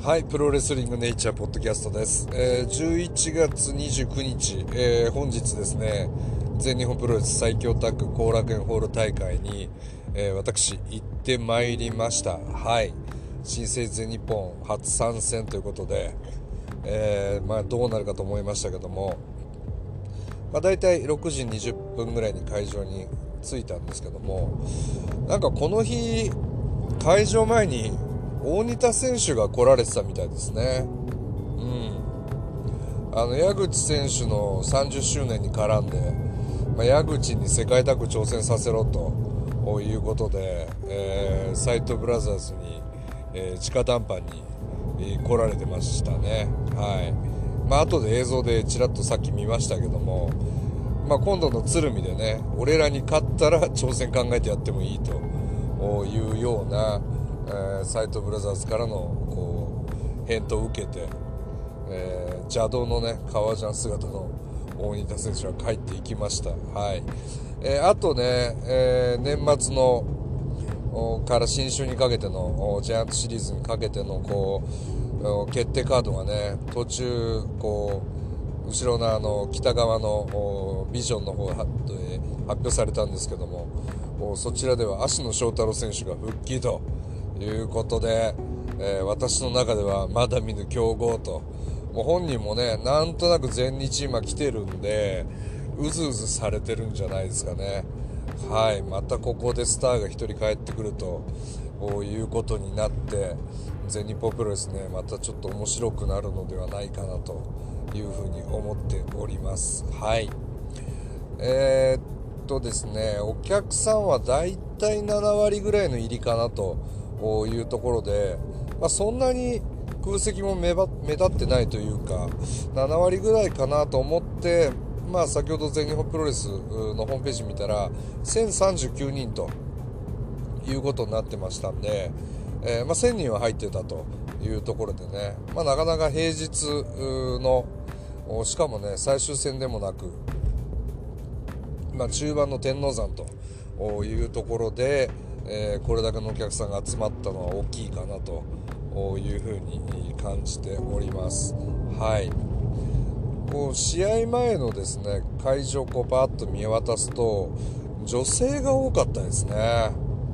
はい、プロレスリングネイチャーポッドキャストです。11月29日、本日ですね、全日本プロレス最強タッグ後楽園ホール大会に、私行ってまいりました。はい、新生全日本初参戦ということで、どうなるかと思いましたけども、だいたい6時20分ぐらいに会場に着いたんですけども、なんかこの日会場前に大仁田選手が来られてたみたいですね。矢口選手の30周年に絡んで、矢口に世界タッグ挑戦させろということで、サイトブラザーズに、直談判に、来られてましたね。はい。後で映像でちらっとさっき見ましたけども、今度の鶴見でね、俺らに勝ったら挑戦考えてやってもいいというような、サイトブラザーズからの返答を受けて、邪道のね革ジャン姿の大仁田選手は帰っていきました。はい。あとね、年末のから新春にかけてのジャイアントシリーズにかけての決定カードがね、途中後ろの北側のビジョンの方で発表されたんですけども、そちらでは芦野翔太郎選手が復帰ということで、私の中ではまだ見ぬ強豪と、もう本人もねなんとなく全日今来てるんでうずうずされてるんじゃないですかね。はい、またここでスターが1人帰ってくるということになって、全日本プロレスねまたちょっと面白くなるのではないかなというふうに思っております。はい。ですね、お客さんはだいたい7割ぐらいの入りかなというところで、そんなに空席も目立ってないというか、7割ぐらいかなと思って、先ほど全日本プロレスのホームページ見たら1039人ということになってましたんで、1000人は入ってたというところでね、なかなか平日のしかもね最終戦でもなく、中盤の天王山というところで、これだけのお客さんが集まったのは大きいかなというふうに感じております。はい。試合前のですね会場パーッと見渡すと女性が多かったですね。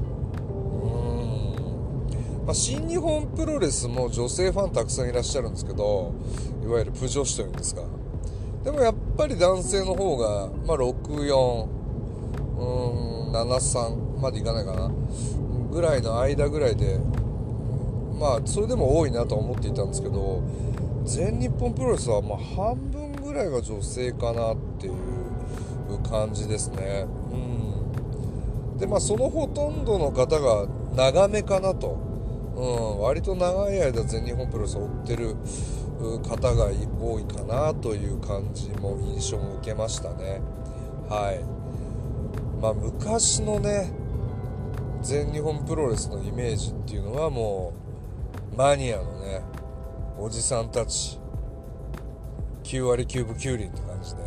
新日本プロレスも女性ファンたくさんいらっしゃるんですけど、いわゆるプ女子というんですか。でもやっぱり男性の方が、64、73までいかないかなぐらいの間ぐらいで、それでも多いなと思っていたんですけど、全日本プロレスは半分ぐらいが女性かなっていう感じですね。でそのほとんどの方が長めかなと、割と長い間全日本プロレスを追ってる方が多いかなという感じも印象も受けましたね。はい。昔のね全日本プロレスのイメージっていうのはもうマニアのねおじさんたち9割9分9厘って感じで、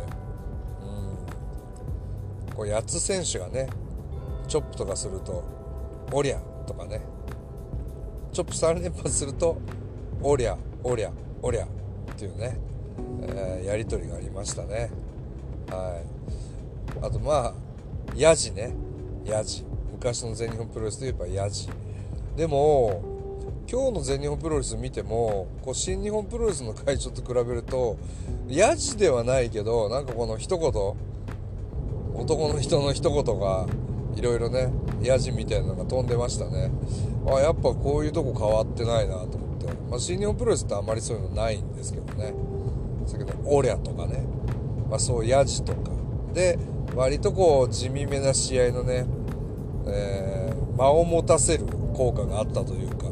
八津選手がねチョップとかするとおりゃとかね、チョップ3連発するとおりゃおりゃおりゃっていうね、やり取りがありましたね。はい。あとヤジね、ヤジ、昔の全日本プロレスといえばヤジ。でも今日の全日本プロレス見ても新日本プロレスの会長と比べるとヤジではないけど、なんかこの一言、男の人の一言がいろいろねヤジみたいなのが飛んでましたね。やっぱこういうとこ変わってないなと思って、新日本プロレスってあんまりそういうのないんですけどね。先ほどオリャとかね、そうヤジとかで割と地味めな試合のね、間を持たせる効果があったというか、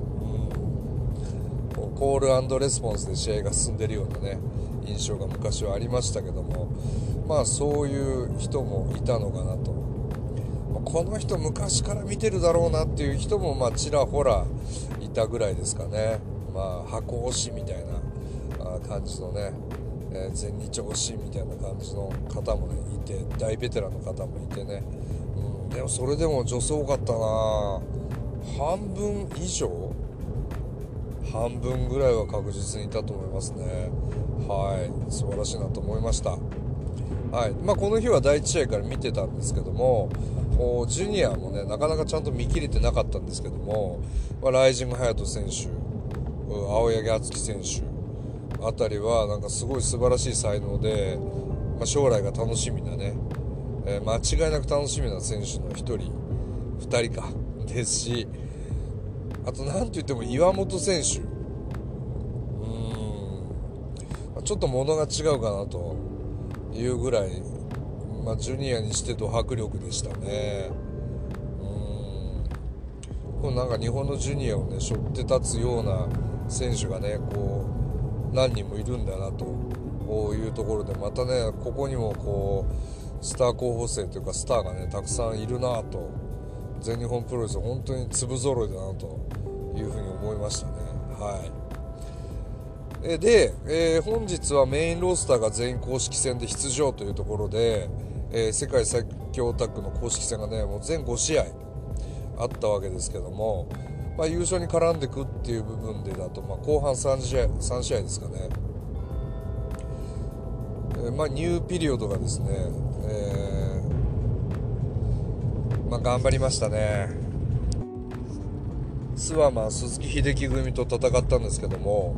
コール&レスポンスで試合が進んでるようなね印象が昔はありましたけども、そういう人もいたのかなと。この人昔から見てるだろうなっていう人もちらほらいたぐらいですかね。箱推しみたいな感じのね、全日推しみたいな感じの方もねいて、大ベテランの方もいてね、でもそれでも女性多かったな。半分以上半分ぐらいは確実にいたと思いますね。はい、素晴らしいなと思いました。はい、この日は第1試合から見てたんですけども、ジュニアもねなかなかちゃんと見切れてなかったんですけども、ライジング隼人選手、青柳敦樹選手あたりはなんかすごい素晴らしい才能で、将来が楽しみなね、間違いなく楽しみな選手の1人2人かですし、あとなんといっても岩本選手、ちょっと物が違うかなというぐらい、ジュニアにしてド迫力でしたね。このなんか日本のジュニアをね背負って立つような選手がねこう何人もいるんだなというところで、またねここにもこうスター候補生というかスターがねたくさんいるなと、全日本プロレス本当に粒揃いだなというふうに思いましたね。はい。で、本日はメインロースターが全員公式戦で出場というところで、世界最強タッグの公式戦がねもう全5試合あったわけですけども、優勝に絡んでくっていう部分でだと、後半3試合ですかね、ニューピリオドがですね、頑張りましたね。スワマン鈴木秀樹組と戦ったんですけども、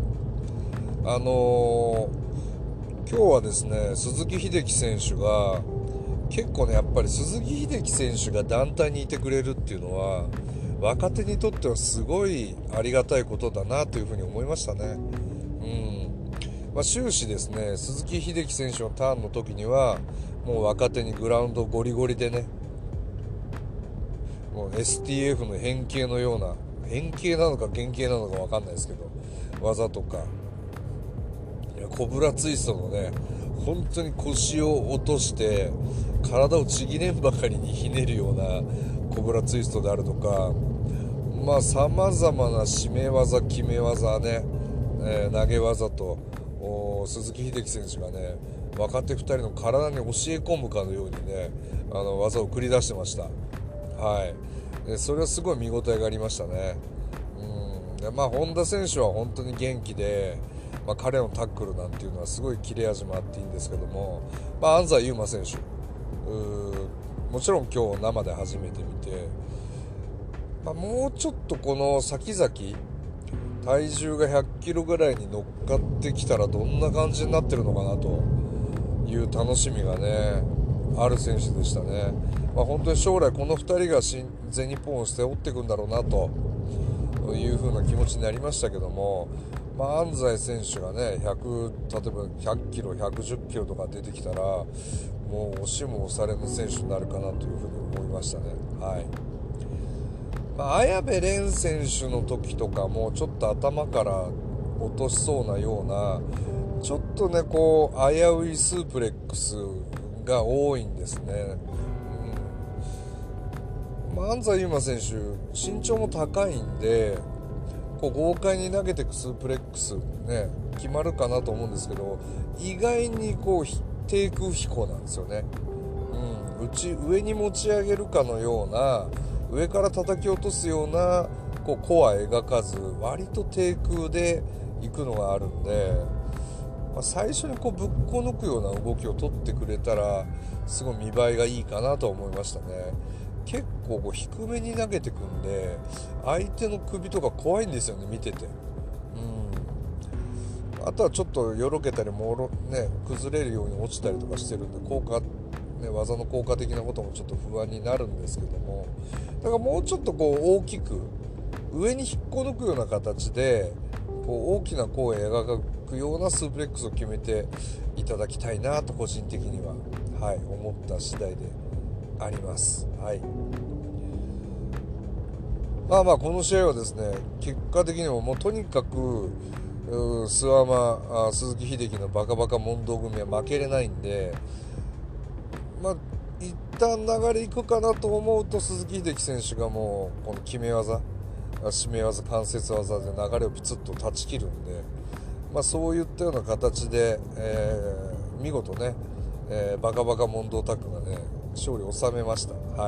今日はですね鈴木秀樹選手が結構ねやっぱり鈴木秀樹選手が団体にいてくれるっていうのは若手にとってはすごいありがたいことだなというふうに思いましたね。終始ですね鈴木秀樹選手のターンの時にはもう若手にグラウンドゴリゴリでね、もう STF の変形のような、変形なのか原型なのか分かんないですけど技とか、コブラツイストのね本当に腰を落として体をちぎれんばかりにひねるようなコブラツイストであるとか、さまざまな締め技決め技ね、投げ技と鈴木秀樹選手がね若手2人の体に教え込むかのようにね技を繰り出してました。はい。でそれはすごい見応えがありましたね。で本田選手は本当に元気で、彼のタックルなんていうのはすごい切れ味もあっていいんですけども、安西優真選手もちろん今日生で初めて見て、もうちょっとこの先々体重が100キロぐらいに乗っかってきたらどんな感じになってるのかなという楽しみがねある選手でしたね。本当に将来この2人が全日本を背負っていくんだろうなという風な気持ちになりましたけども、安西選手がね例えば100キロ110キロとか出てきたらもう押しも押されの選手になるかなというふうに思いましたね。はい。綾部蓮選手の時とかもちょっと頭から落としそうなようなちょっとねこう危ういスープレックスが多いんですね。安西優真選手身長も高いんでこう豪快に投げていくスープレックスね決まるかなと思うんですけど、意外にこう低空飛行なんですよね。上に持ち上げるかのような上から叩き落とすようなこう弧は描かず割と低空で行くのがあるんで、最初にこうぶっこ抜くような動きを取ってくれたらすごい見栄えがいいかなと思いましたね。結構こう低めに投げてくんで相手の首とか怖いんですよね見てて。あとはちょっとよろけたり崩れるように落ちたりとかしてるんで技の効果的なこともちょっと不安になるんですけども、だからもうちょっとこう大きく上に引っこ抜くような形でこう大きな弧を描くようなスープレックスを決めていただきたいなと個人的には、思った次第であります。はい。この試合はですね結果的にももうとにかく鈴木秀樹のバカバカ問答組は負けれないんで、一旦流れいくかなと思うと鈴木秀樹選手がもうこの決め技締め技関節技で流れをピツッと断ち切るんで、そういったような形で、見事ね、バカバカ問答タッグがね勝利を収めました。はい。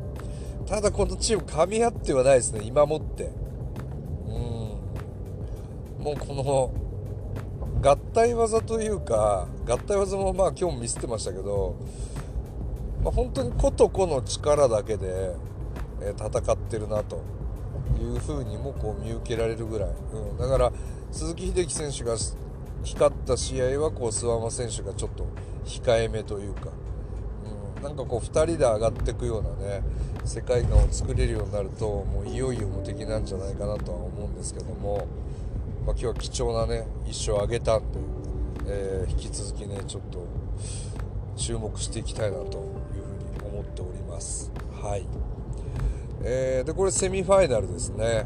ただこのチーム噛み合ってはないですね今もって。 もうこの合体技というか、合体技も今日も見せてましたけど、本当に個と個の力だけで戦ってるなという風にも見受けられるぐらい、だから鈴木秀樹選手が光った試合は諏訪間選手がちょっと控えめというか、なんか2人で上がっていくようなね世界観を作れるようになると、もういよいよ無敵なんじゃないかなとは思うんですけども、今日は貴重なね1勝上げたんで、引き続きねちょっと注目していきたいなというふうに思っております。はい。でこれセミファイナルですね。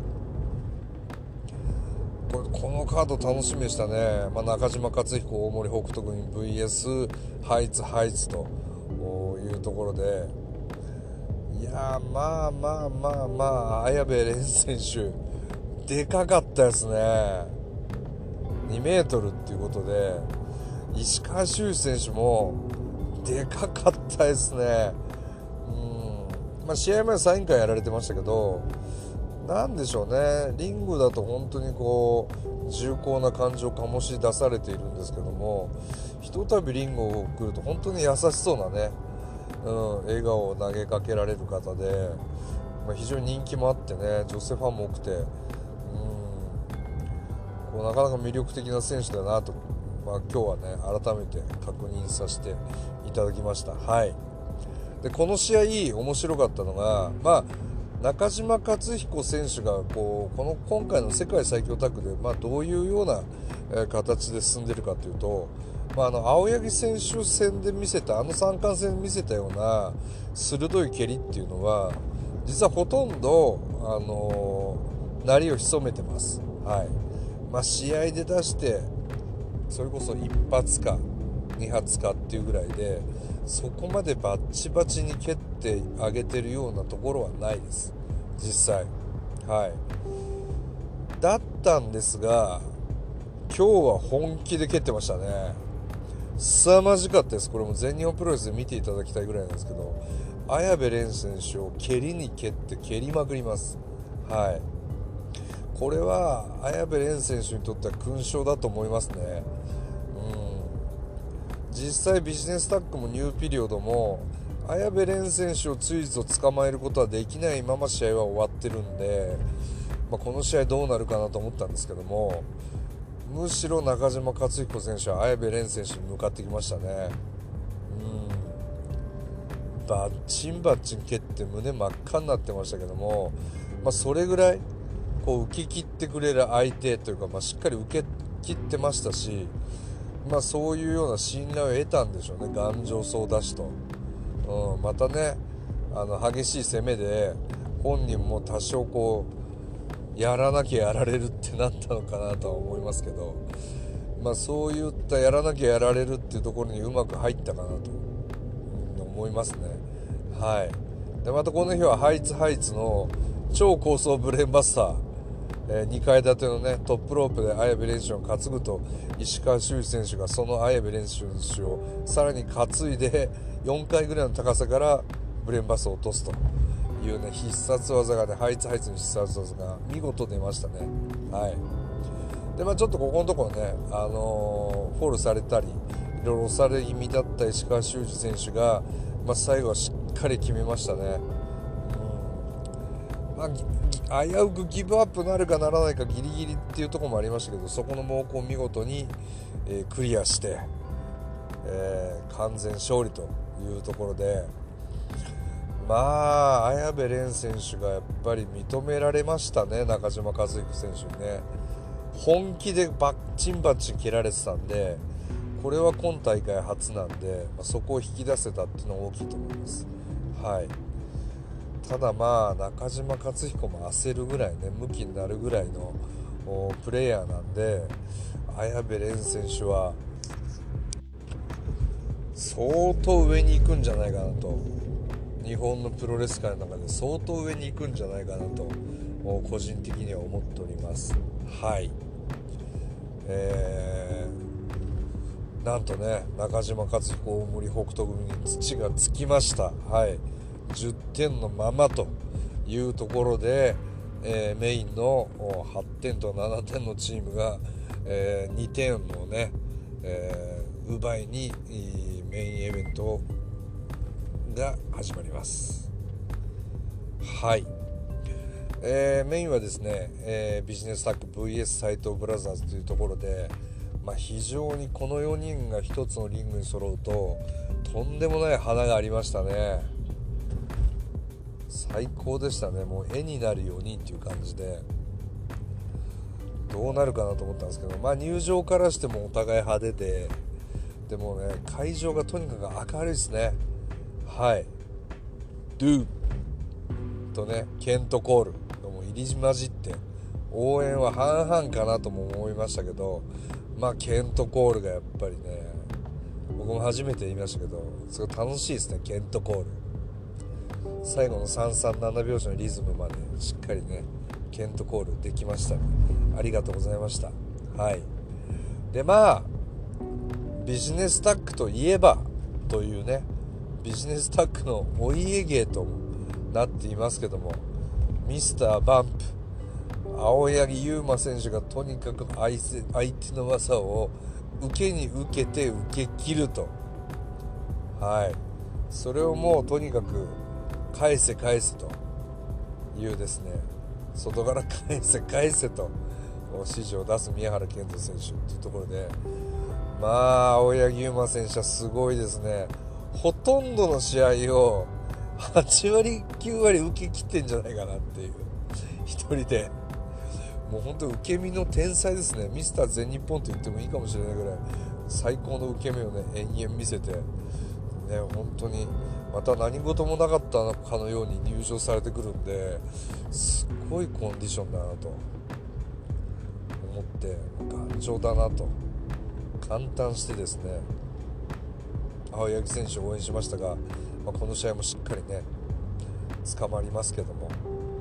このカード楽しみでしたね。中島克彦大森北斗組 VS ハイツというところで、いや綾部蓮選手でかかったですね。2メートルっていうことで、石川修司選手もでかかったですね。試合前サイン会やられてましたけど、なんでしょうね、リングだと本当に重厚な感じを醸し出されているんですけども、ひとたびリングを来ると本当に優しそうなね、笑顔を投げかけられる方で、非常に人気もあってね、女性ファンも多くて、なかなか魅力的な選手だなと、今日はね改めて確認させていただきました。はい。でこの試合面白かったのが、中島克彦選手が今回の世界最強タッグで、どういうような形で進んでいるかというと、青柳選手戦で見せた三冠戦で見せたような鋭い蹴りっていうのは実はほとんど鳴りを潜めてます。はい。試合で出してそれこそ1発か2発かっていうぐらいで、そこまでバッチバチに蹴ってあげてるようなところはないです実際。はい。だったんですが、今日は本気で蹴ってましたね。凄まじかったです。これも全日本プロレスで見ていただきたいぐらいなんですけど、綾部蓮選手を蹴りに蹴って蹴りまくります。はい。これは綾部蓮選手にとっては勲章だと思いますね。実際ビジネスタッグもニューピリオドも綾部蓮選手をついぞ捕まえることはできないまま試合は終わってるんで、この試合どうなるかなと思ったんですけども、むしろ中島克彦選手は綾部蓮選手に向かってきましたね。バッチン蹴って胸真っ赤になってましたけども、それぐらい受け切ってくれる相手というか、しっかり受け切ってましたし、そういうような信頼を得たんでしょうね。頑丈そうだしと、またね激しい攻めで本人も多少やらなきゃやられるってなったのかなとは思いますけど、そういったやらなきゃやられるっていうところにうまく入ったかなと思いますね。はい。でまたこの日はハイツの超高層ブレーンバスター、2階建てのねトップロープで綾部蓮選手を担ぐと、石川修司選手がその綾部蓮選手をさらに担いで4階ぐらいの高さからブレーンバスを落とすというね必殺技がね、ハイツの必殺技が見事出ましたね。はい。でちょっとここのところね、フォールされたりいろいろ押され気味だった石川修司選手が、最後はしっかり決めましたね。危うくギブアップなるかならないかギリギリっていうところもありましたけど、そこの猛攻を見事に、クリアして、完全勝利というところで、綾部蓮選手がやっぱり認められましたね。中島和彦選手にね本気でバッチン蹴られてたんで、これは今大会初なんで、そこを引き出せたっていうのは大きいと思います。はい。ただ中島克彦も焦るぐらいね、ムキになるぐらいのプレイヤーなんで、綾部蓮選手は相当上に行くんじゃないかなと、日本のプロレス界の中で相当上に行くんじゃないかなと個人的には思っております。はい。なんとね中島克彦大森北斗組に土がつきました。はい。10点のままというところで、 メインの8点と7点のチームが、2点をね、奪いにメインイベントが始まります。はい、メインはですね、ビジネスタッグ VS 斎藤ブラザーズというところで、非常にこの4人が一つのリングに揃うととんでもない花がありましたね。最高でしたね。もう絵になる4人っていう感じでどうなるかなと思ったんですけど、入場からしてもお互い派手で、でもね、会場がとにかく明るいですね。はい、ドゥとね、ケント・コールがもう入り混じって応援は半々かなとも思いましたけど、ケント・コールがやっぱりね、僕も初めて言いましたけどすごい楽しいですね。ケント・コール最後の337拍子のリズムまでしっかりねケント・コールできましたね。ありがとうございました。はい、でビジネスタッグといえばというね、ビジネスタッグのお家芸ともなっていますけども、ミスターバンプ青柳優馬選手がとにかく相手の技を受けに受けて受け切ると、はい、それをもうとにかく返せ返せというですね、外から返せ返せと指示を出す宮原健人選手というところで、青柳優馬選手はすごいですね。ほとんどの試合を8割9割受け切ってんじゃないかなっていう、一人でもう本当に受け身の天才ですね。ミスター全日本と言ってもいいかもしれないぐらい最高の受け身をね延々見せてね、本当にまた何事もなかったかのように入場されてくるんで、すごいコンディションだなと思って頑丈だなと感嘆してですね、青柳選手を応援しましたが、この試合もしっかりね捕まりますけども、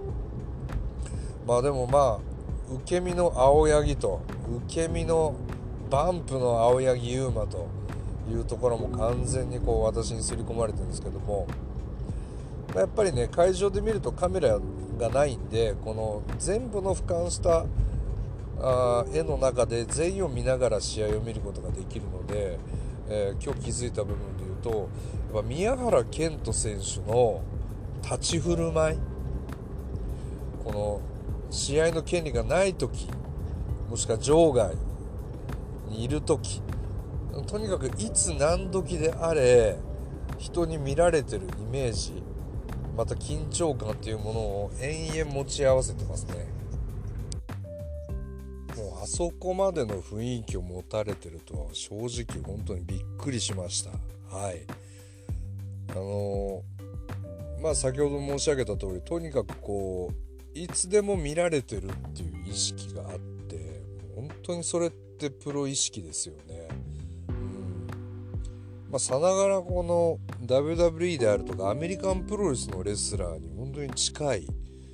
でも受け身の青柳と受け身のバンプの青柳優馬というところも完全に私に刷り込まれてるんですけども、やっぱりね会場で見るとカメラがないんで、この全部の俯瞰した絵の中で全員を見ながら試合を見ることができるので、今日気づいた部分でいうと、やっぱ宮原健人選手の立ち振る舞い、この試合の権利がない時、もしくは場外にいる時、とにかくいつ何時であれ人に見られてるイメージ、また緊張感っていうものを延々持ち合わせてますね。もうあそこまでの雰囲気を持たれてるとは正直本当にびっくりしました。はい、先ほど申し上げた通り、とにかくいつでも見られてるっていう意識があって、本当にそれってプロ意識ですよね。さながらこの WWE であるとかアメリカンプロレスのレスラーに本当に近い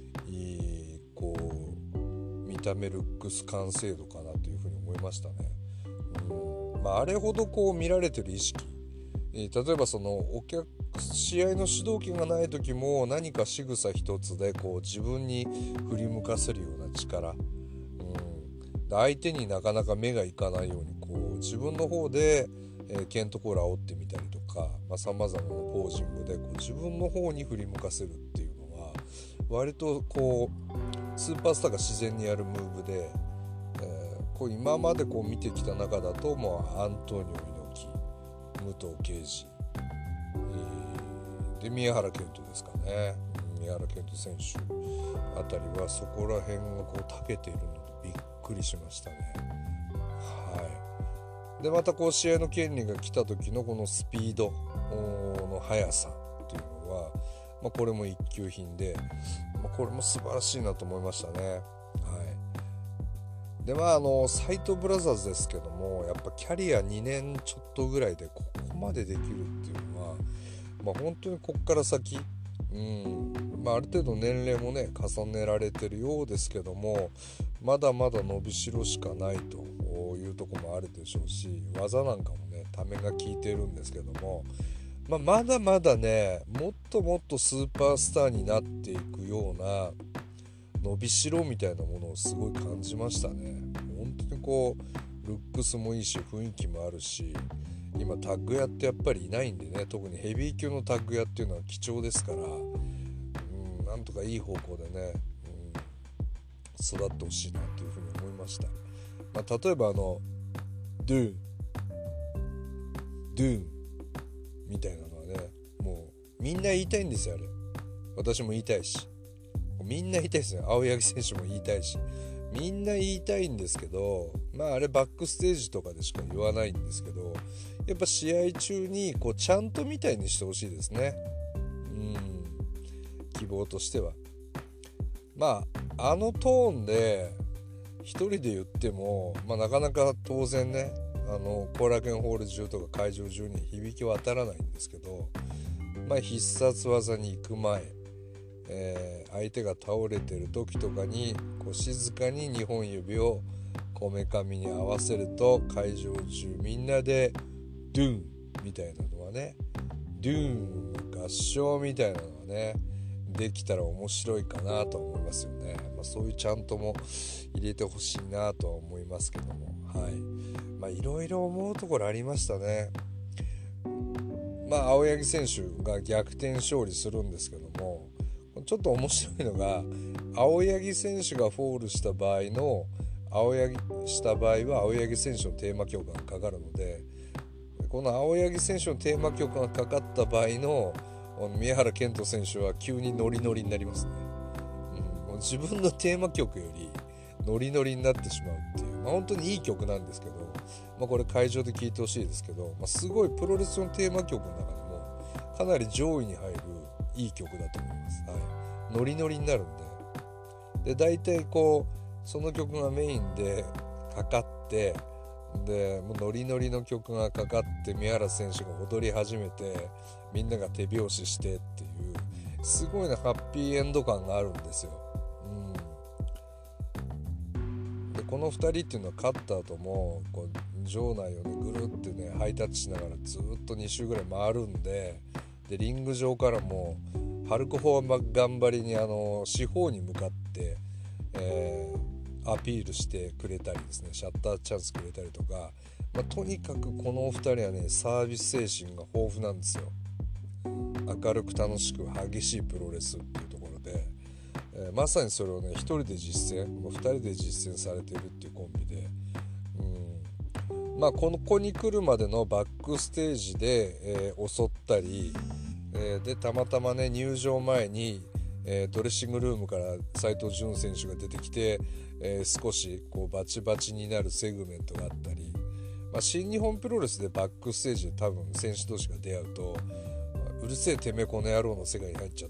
見た目ルックス完成度かなというふうに思いましたね。あれほど見られてる意識、例えばその試合の主導権がない時も何か仕草一つで自分に振り向かせるような力、相手になかなか目がいかないように自分の方でケントコール煽ってみたりとか、さまざまなポージングで自分の方に振り向かせるっていうのは割とスーパースターが自然にやるムーブで、今まで見てきた中だとアントニオ猪木、武藤敬司、で宮原健人ですかね。宮原健人選手あたりはそこら辺が長けているのでびっくりしましたね。はい、でまた試合の権利が来た時のこのスピードの速さっていうのは、これも一級品で、これも素晴らしいなと思いましたね。はい、で斎藤ブラザーズですけども、やっぱキャリア2年ちょっとぐらいでここまでできるっていうのは、本当にこっから先、ある程度年齢もね重ねられてるようですけども、まだまだ伸びしろしかないというところもあるでしょうし、技なんかもねためが効いてるんですけども、まだまだねもっともっとスーパースターになっていくような伸びしろみたいなものをすごい感じましたね。本当にこうルックスもいいし雰囲気もあるし、今タッグ屋ってやっぱりいないんでね、特にヘビー級のタッグ屋っていうのは貴重ですから、なんとかいい方向でね、育ってほしいなというふうに思いました。例えばドゥーンみたいなのはね、もうみんな言いたいんですよ。あれ私も言いたいし、みんな言いたいですね。青柳選手も言いたいし、みんな言いたいんですけど、あれバックステージとかでしか言わないんですけど、やっぱ試合中にこうちゃんとみたいにしてほしいですね。希望としてはあのトーンで一人で言っても、なかなか当然ね、後楽園ホール中とか会場中に響き渡らないんですけど、必殺技に行く前、相手が倒れてる時とかにこう静かに2本指をこめかみに合わせると、会場中みんなでドゥーンみたいなのはね、ドゥーン合唱みたいなのはねできたら面白いかなと思いますよね。そういうちゃんとも入れてほしいなとは思いますけども、いろいろ思うところありましたね。青柳選手が逆転勝利するんですけども、ちょっと面白いのが、青柳選手がフォールした場合は青柳選手のテーマ曲がかかるので、この青柳選手のテーマ曲がかかった場合の宮原健人選手は急にノリノリになりますね。自分のテーマ曲よりノリノリになってしまうっていう、本当にいい曲なんですけど、これ会場で聴いてほしいですけど、すごいプロレスのテーマ曲の中でもかなり上位に入るいい曲だと思います。ノリノリになるんで、大体こうその曲がメインでかかって、でもうノリノリの曲がかかって宮原選手が踊り始めて、みんなが手拍子してっていう、すごいハッピーエンド感があるんですよ。でこの2人っていうのは勝った後もこう場内をねぐるってねハイタッチしながらずっと2周ぐらい回るんで、リング上からもハルク・ホー頑張りに四方に向かって、アピールしてくれたりですね、シャッターチャンスくれたりとか、とにかくこのお二人はねサービス精神が豊富なんですよ。明るく楽しく激しいプロレスっていうところで、まさにそれをね一人で実践、二人で実践されてるっていうコンビで、ここに来るまでのバックステージで、襲ったり、でたまたまね入場前に、ドレッシングルームから斉藤潤選手が出てきて、少しこうバチバチになるセグメントがあったり、新日本プロレスでバックステージで多分選手同士が出会うと、うるせえてめえこの野郎の世界に入っちゃって、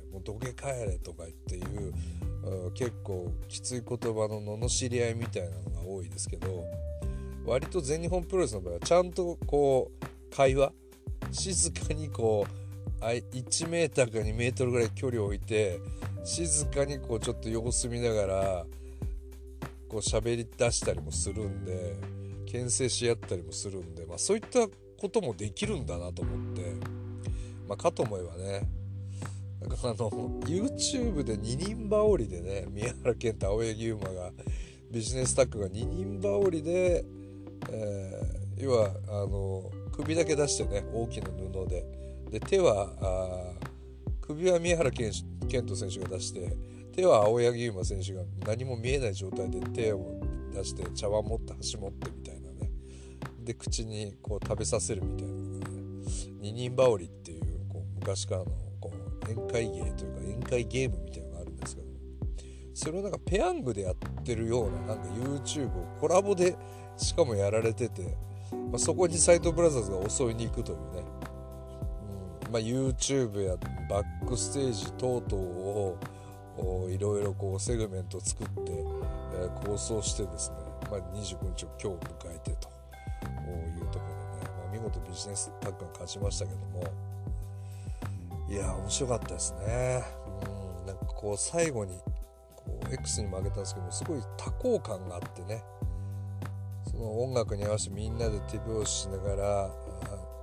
もうどけ帰れとかっていう、結構きつい言葉の罵り合いみたいなのが多いですけど、割と全日本プロレスの場合はちゃんとこう会話、静かにこう1メーターか2メートルぐらい距離を置いて、静かにこうちょっと様子見ながらこう喋り出したりもするんで、牽制し合ったりもするんで、そういったこともできるんだなと思って、かと思えばね、YouTube で二人羽織でね、宮原健と青柳優馬がビジネスタッグが二人羽織で、要は首だけ出してね、大きな布で手は首は宮原健人選手が出して、手は青柳優馬選手が何も見えない状態で手を出して茶碗持って箸持ってみたいなね、で口にこう食べさせるみたいなのがね、二人羽織っていう、昔からのこう宴会芸というか宴会ゲームみたいなのがあるんですけど、それをなんかペヤングでやってるような、なんか YouTube をコラボでしかもやられてて、そこに斎藤ブラザーズが襲いに行くというね、YouTube やバックステージ等々をいろいろこうセグメントを作って、構想してですね、29日を今日迎えてというところでね、見事ビジネスタッグが勝ちましたけども、いや面白かったですね。なんかこう最後にこう X に負けたんですけど、すごい多幸感があってね、その音楽に合わせてみんなで手拍子しながら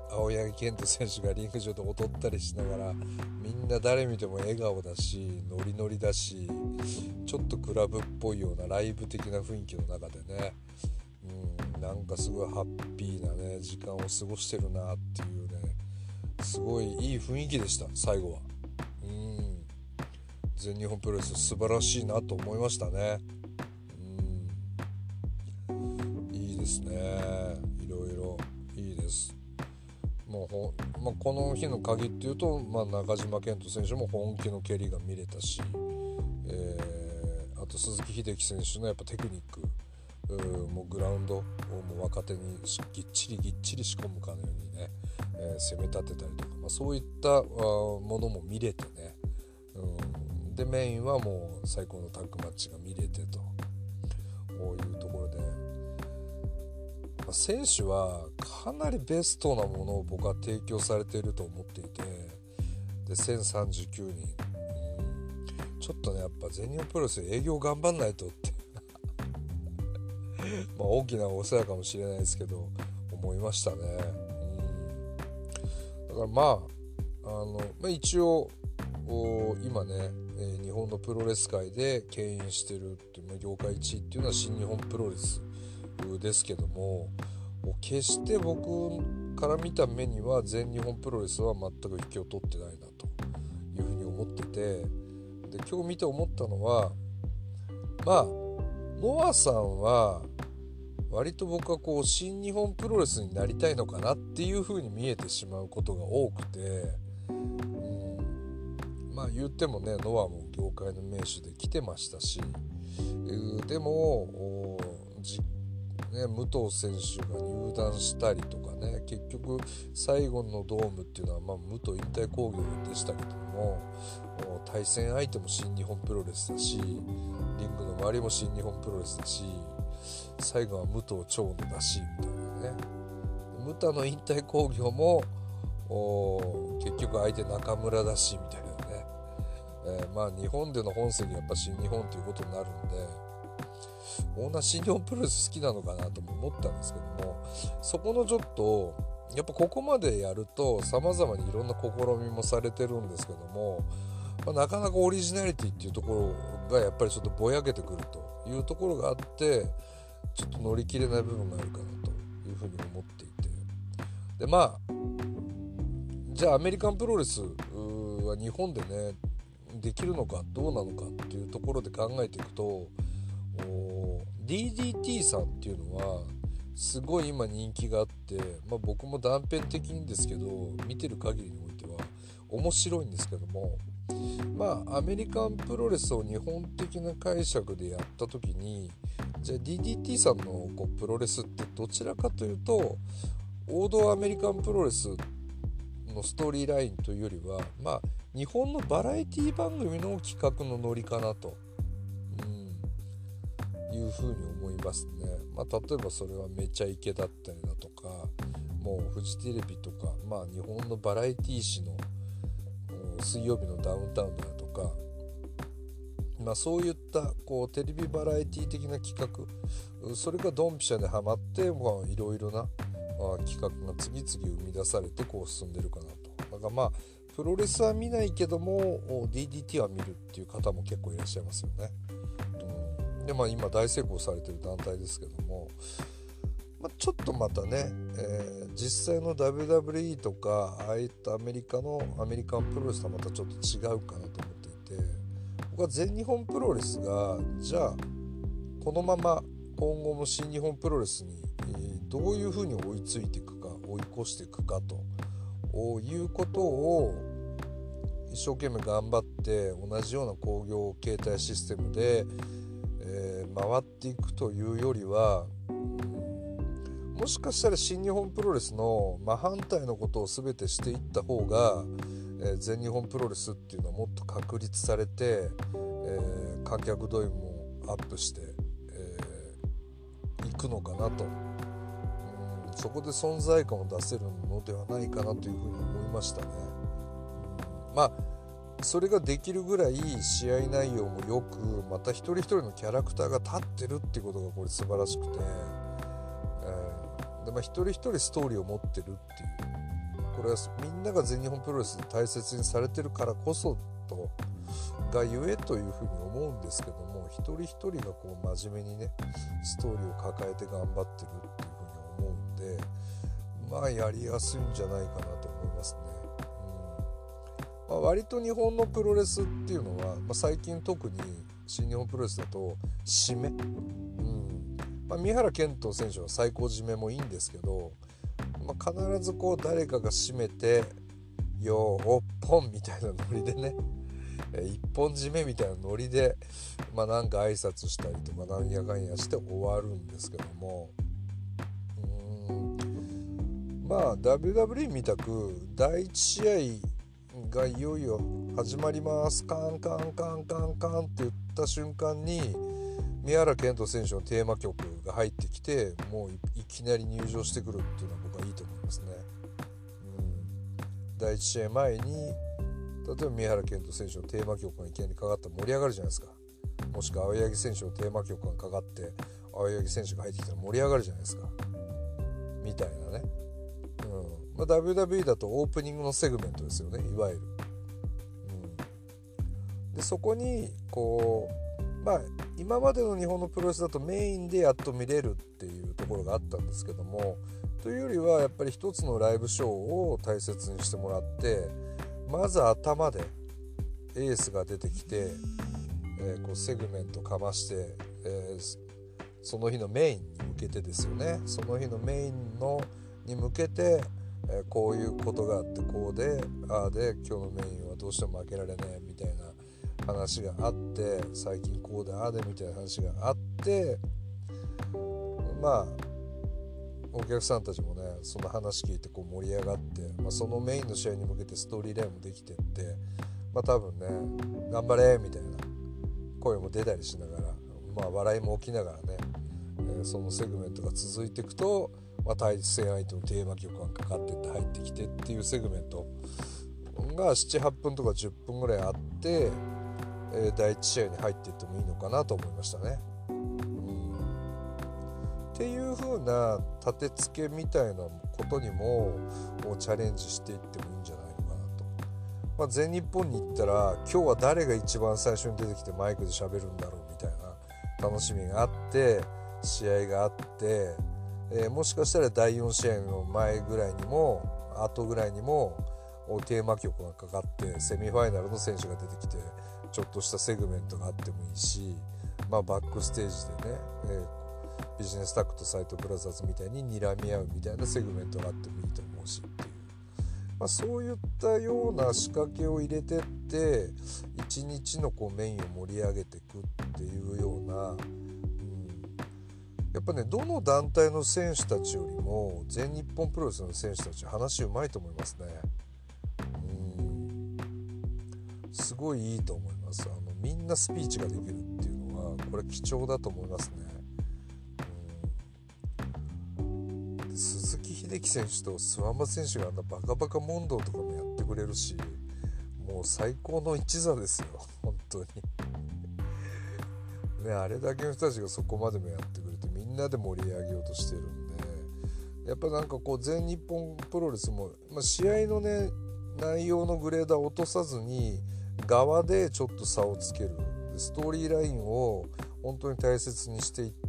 青柳健人選手がリング上で踊ったりしながら、みんな誰見ても笑顔だしノリノリだし、ちょっとクラブっぽいようなライブ的な雰囲気の中でね、なんかすごいハッピーなね時間を過ごしてるなっていうね、すごいいい雰囲気でした。最後は全日本プロレス素晴らしいなと思いましたね。いいですね、いろいろいいです。もうこの日の限っていうと、中島健人選手も本気の蹴りが見れたし、あと鈴木秀樹選手のやっぱテクニック、もうグラウンドをもう若手にぎっちり仕込むかのようにね、攻め立てたりとか、そういったものも見れてね、でメインはもう最高のタッグマッチが見れてというところで、選手はかなりベストなものを僕は提供されていると思っていて、で1039人、ちょっとねやっぱ全日本プロレス営業頑張んないとって大きなお世話かもしれないですけど思いましたね。だから一応今ね、日本のプロレス界で牽引してるっていう、業界1位っていうのは新日本プロレスですけども、決して僕から見た目には全日本プロレスは全く引きを取ってないなというふうに思ってて、で今日見て思ったのは、ノアさんは割と僕は新日本プロレスになりたいのかなっていうふうに見えてしまうことが多くて、言ってもねノアも業界の名手で来てましたし、でも武藤選手が入団したりとかね、結局最後のドームっていうのは武藤引退興行でしたけども、対戦相手も新日本プロレスだし、リングの周りも新日本プロレスだし、最後は武藤長野だしみたいなね、武藤の引退興行も結局相手中村だしみたいなね、日本での本戦にやっぱ新日本ということになるんで、オーナー新日本プロレス好きなのかなとも思ったんですけども、そこのちょっとやっぱここまでやると様々にいろんな試みもされてるんですけども、なかなかオリジナリティっていうところがやっぱりちょっとぼやけてくるというところがあって、ちょっと乗り切れない部分があるかなというふうに思っていて、でじゃあアメリカンプロレスは日本でねできるのかどうなのかっていうところで考えていくと、DDT さんっていうのはすごい今人気があって、僕も断片的にですけど見てる限りにおいては面白いんですけども、アメリカンプロレスを日本的な解釈でやった時に、じゃあ DDT さんのプロレスってどちらかというと王道アメリカンプロレスのストーリーラインというよりは、日本のバラエティ番組の企画のノリかなと、いうふうに思いますね。例えばそれはめちゃイケだったりだとか、もうフジテレビとか、日本のバラエティ誌の水曜日のダウンタウンだとか、そういったテレビバラエティ的な企画、それがドンピシャでハマって、いろいろな企画が次々生み出されて進んでるかなと。だからプロレスは見ないけども DDT は見るっていう方も結構いらっしゃいますよね。で今大成功されてる団体ですけども、ちょっとまたね、実際の WWE とかああいったアメリカンプロレスとはまたちょっと違うかなと思っていて、僕は全日本プロレスがじゃあこのまま今後も新日本プロレスにどういうふうに追いついていくか追い越していくかということを一生懸命頑張って同じような工業形態システムで回っていくというよりは、もしかしたら新日本プロレスの真反対のことを全てしていった方が、全日本プロレスっていうのはもっと確立されて、観客動員もアップしていくのかなと、そこで存在感を出せるのではないかなというふうに思いましたね。それができるぐらい試合内容もよく、また一人一人のキャラクターが立ってるっていうことがこれ素晴らしくて、で一人一人ストーリーを持ってるっていう、 これはみんなが全日本プロレスで大切にされてるからこそがゆえというふうに思うんですけども、一人一人がこう真面目にねストーリーを抱えて頑張ってるっていうふうに思うんで、まあやりやすいんじゃないかなと思いますね。割と日本のプロレスっていうのは、最近特に新日本プロレスだと締め、三原健人選手は最高締めもいいんですけど、必ずこう誰かが締めてよーおっぽんみたいなノリでね、一本締めみたいなノリで、なんか挨拶したりとかなんやかんやして終わるんですけども、WWE みたく第一試合がいよいよ始まりますカンカンカンカンカンって言った瞬間に三原健人選手のテーマ曲が入ってきて、もういきなり入場してくるっていうのは僕はいいと思いますね。第一試合前に例えば三原健人選手のテーマ曲がいきなりかかったら盛り上がるじゃないですか。もしくは青柳選手のテーマ曲がかかって青柳選手が入ってきたら盛り上がるじゃないですか、みたいなね。WWE だとオープニングのセグメントですよね、いわゆる。でそこにこう今までの日本のプロレスだとメインでやっと見れるっていうところがあったんですけども、というよりはやっぱり一つのライブショーを大切にしてもらって、まず頭でエースが出てきて、こうセグメントかまして、その日のメインに向けてですよね、その日のメインに向けて、こういうことがあってこうでああで今日のメインはどうしても負けられねえみたいな話があって、最近こうでああでみたいな話があって、お客さんたちもねその話聞いてこう盛り上がって、そのメインの試合に向けてストーリーラインもできてって、多分ね頑張れみたいな声も出たりしながら、笑いも起きながらね、そのセグメントが続いていくと、対戦相手のテーマ曲がかかってって入ってきてっていうセグメントが 7,8 分とか10分ぐらいあって、第一試合に入っていってもいいのかなと思いましたね。っていう風な立て付けみたいなことにもチャレンジしていってもいいんじゃないのかなと。全日本に行ったら今日は誰が一番最初に出てきてマイクで喋るんだろうみたいな楽しみがあって、試合があって、もしかしたら第4試合の前ぐらいにも後ぐらいにもテーマ曲がかかってセミファイナルの選手が出てきてちょっとしたセグメントがあってもいいし、バックステージでね、ビジネスタックとサイトブラザーズみたいに睨み合うみたいなセグメントがあってもいいと思うしっていう、そういったような仕掛けを入れてって一日のこうメインを盛り上げていくっていうような、やっぱねどの団体の選手たちよりも全日本プロレスの選手たち話うまいと思いますね。すごいいいと思います。みんなスピーチができるっていうのはこれ貴重だと思いますね。鈴木秀樹選手と諏訪間選手があんなバカバカ問答とかもやってくれるし、もう最高の一座ですよ本当にね、あれだけの人たちがそこまでもやってくれてみんなで盛り上げようとしてるんで、やっぱなんかこう全日本プロレスも、試合のね内容のグレードは落とさずに側でちょっと差をつける、ストーリーラインを本当に大切にしていって、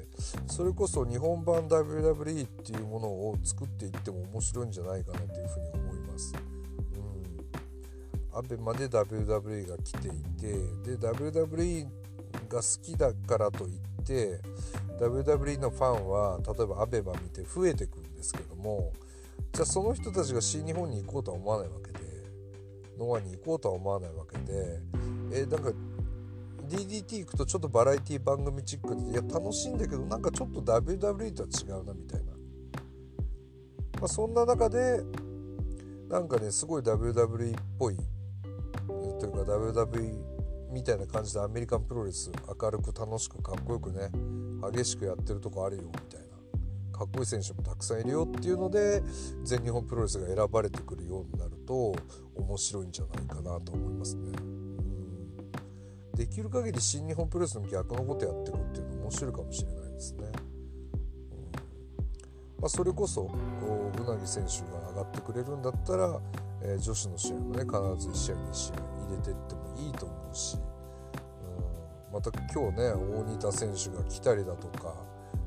それこそ日本版 WWE っていうものを作っていっても面白いんじゃないかなというふうに思います。アベマで WWE が来ていて、で WWE が好きだからといって WWE のファンは例えばアベマ見て増えてくるんですけども、じゃあその人たちが新日本に行こうとは思わないわけで、ノアに行こうとは思わないわけで、なんか DDT 行くとちょっとバラエティ番組チックで、いや楽しいんだけどなんかちょっと WWE とは違うなみたいな、そんな中でなんかねすごい WWE っぽいというか WWE みたいな感じでアメリカンプロレス明るく楽しくかっこよくね激しくやってるとこあるよみたいな、かっこいい選手もたくさんいるよっていうので全日本プロレスが選ばれてくるようになると面白いんじゃないかなと思いますね。できる限り新日本プロレスの逆のことやっていくっていうの面白いかもしれないですね。 それこそうなぎ選手が上がってくれるんだったら、女子の試合もね必ず1試合2試合入れていってもいいと思うし、また今日ね大仁田選手が来たりだとか、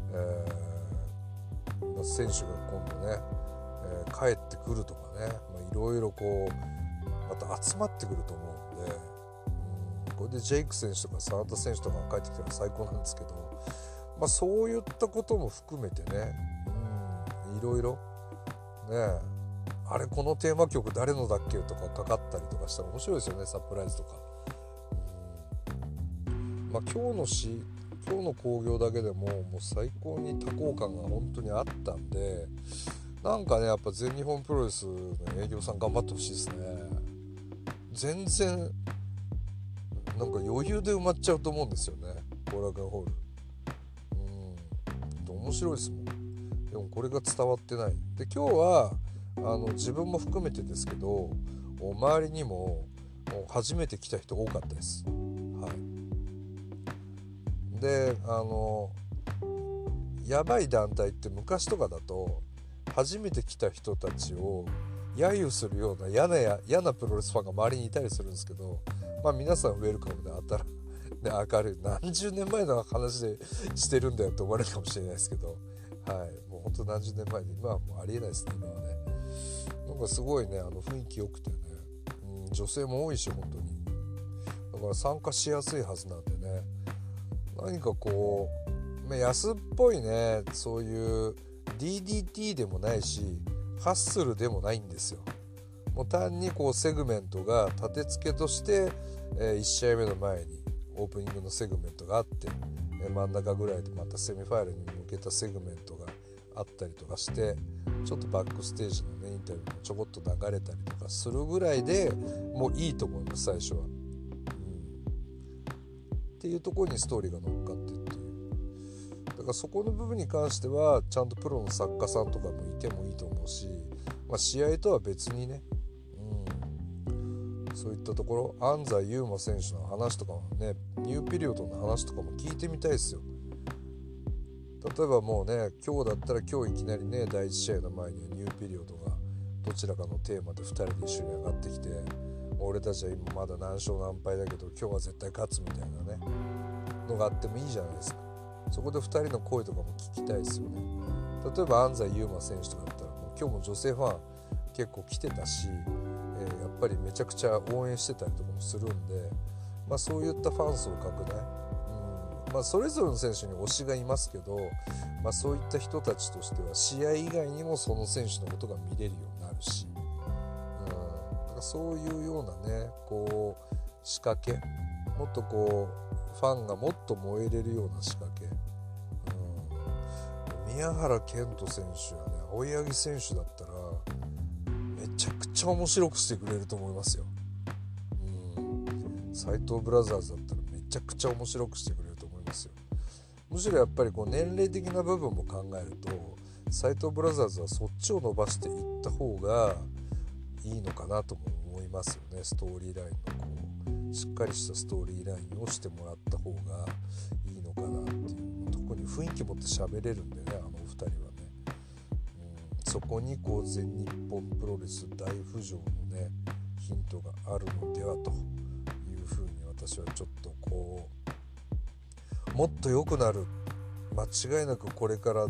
選手が今度ね、帰ってくるとかね、いろいろこうまた集まってくると思うんで、これでジェイク選手とか澤田選手とかが帰ってきたら最高なんですけど、そういったことも含めてね、いろいろね、あれこのテーマ曲誰のだっけとかかかったりとかしたら面白いですよね、サプライズとか。今日の興行だけでもう最高に多幸感が本当にあったんで、なんかねやっぱ全日本プロレスの営業さん頑張ってほしいですね。全然なんか余裕で埋まっちゃうと思うんですよね、後楽園ホール。面白いですもん。でもこれが伝わってないで、今日は自分も含めてですけど周りにも初めて来た人が多かったです。でやばい団体って昔とかだと初めて来た人たちを揶揄するような嫌なプロレスファンが周りにいたりするんですけど、皆さんウェルカムで明るい何十年前の話でしてるんだよって思われるかもしれないですけど、もう本当何十年前で今はもうありえないですね。今はねなんかすごいね雰囲気良くてね、女性も多いし本当にだから参加しやすいはずなんでね、何かこう安っぽいねそういう DDT でもないしハッスルでもないんですよ。もう単にこうセグメントが立て付けとして、1試合目の前にオープニングのセグメントがあって、真ん中ぐらいでまたセミファイナルに向けたセグメントがあったりとかして、ちょっとバックステージのねインタビューもちょこっと流れたりとかするぐらいでもういいと思います、最初は。っていうところにストーリーが乗っかってっていう、だからそこの部分に関してはちゃんとプロの作家さんとかもいてもいいと思うし、試合とは別にね、そういったところ安西優真選手の話とかもね、ニューピリオドの話とかも聞いてみたいですよ。例えばもうね今日だったら今日いきなりね第1試合の前にニューピリオドがどちらかのテーマで2人で一緒に上がってきて、俺たちは今まだ何勝何敗だけど今日は絶対勝つみたいなねのがあってもいいじゃないですか。そこで2人の声とかも聞きたいですよね。例えば安西優真選手とかだったらもう今日も女性ファン結構来てたし、やっぱりめちゃくちゃ応援してたりとかもするんで、そういったファン層拡大、それぞれの選手に推しがいますけど、そういった人たちとしては試合以外にもその選手のことが見れるようになるし、だからそういうようなねこう仕掛け、もっとこうファンがもっと燃えれるような仕掛け、宮原健人選手やね青柳選手だったらめちゃくちゃ面白くしてくれると思いますよ。斎藤ブラザーズだったらめちゃくちゃ面白くしてくれると思いますよ。むしろやっぱりこう年齢的な部分も考えると斎藤ブラザーズはそっちを伸ばしていった方がいいのかなとも思いますよね。ストーリーラインのこうしっかりしたストーリーラインをしてもらった方がいいのかなっていう、特に雰囲気持って喋れるんでねお二人はね、そこにこう全日本プロレス大浮上のねヒントがあるのではというふうに私はちょっとこうもっと良くなる、間違いなくこれから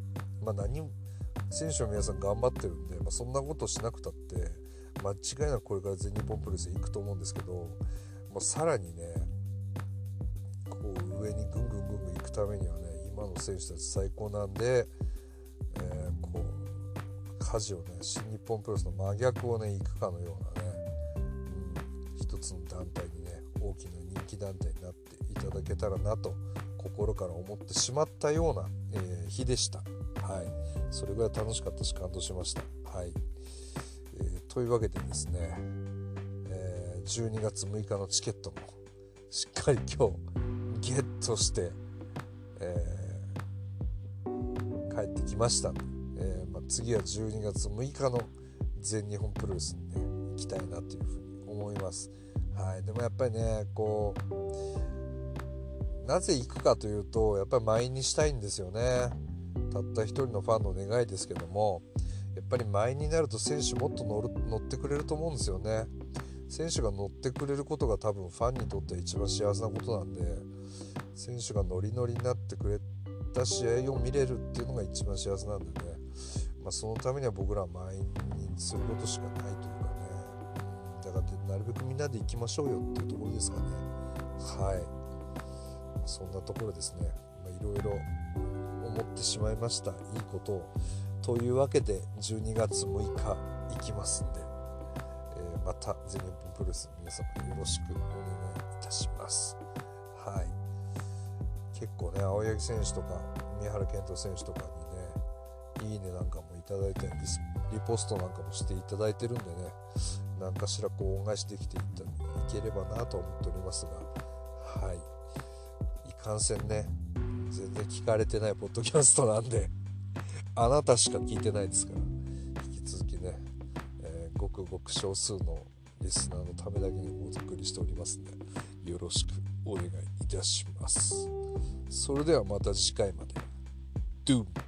選手の皆さん頑張ってるんで、そんなことしなくたって間違いなくこれから全日本プロレス行くと思うんですけど、もうさらにねこう上にぐんぐん行くためにはね今の選手たち最高なんで、こう舵をね新日本プロレスの真逆をね行くかのようなね、一つの団体にね大きな人気団体になっていただけたらなと心から思ってしまったような、日でした。それぐらい楽しかったし感動しました。というわけでですね、12月6日のチケットもしっかり今日ゲットして、帰ってきましたんで、次は12月6日の全日本プロレスにね行きたいなというふうに思います。でもやっぱりねこうなぜ行くかというとやっぱり満員にしたいんですよね。 たった一人のファンの願いですけども、やっぱり満員になると選手もっと乗ってくれると思うんですよね。選手が乗ってくれることが多分ファンにとっては一番幸せなことなんで、選手がノリノリになってくれた試合を見れるっていうのが一番幸せなんでね、そのためには僕らは満員にすることしかないというかね、だからなるべくみんなで行きましょうよっていうところですかね。はい、そんなところですね。いろいろ思ってしまいました、いいことを。というわけで12月6日行きますんで、また全日本プロレス皆様よろしくお願いいたします。はい、結構ね、青柳選手とか宮原健人選手とかにね、いいねなんかもいただいて、リポストなんかもしていただいてるんでね、何かしら恩返しできていければなと思っておりますが、はい、いかんせんね、全然聞かれてないポッドキャストなんであなたしか聞いてないですから、引き続きね、ごくごく少数のリスナーのためだけにお送りしておりますので、よろしくお願いいたします。それではまた次回まで。ドゥーン。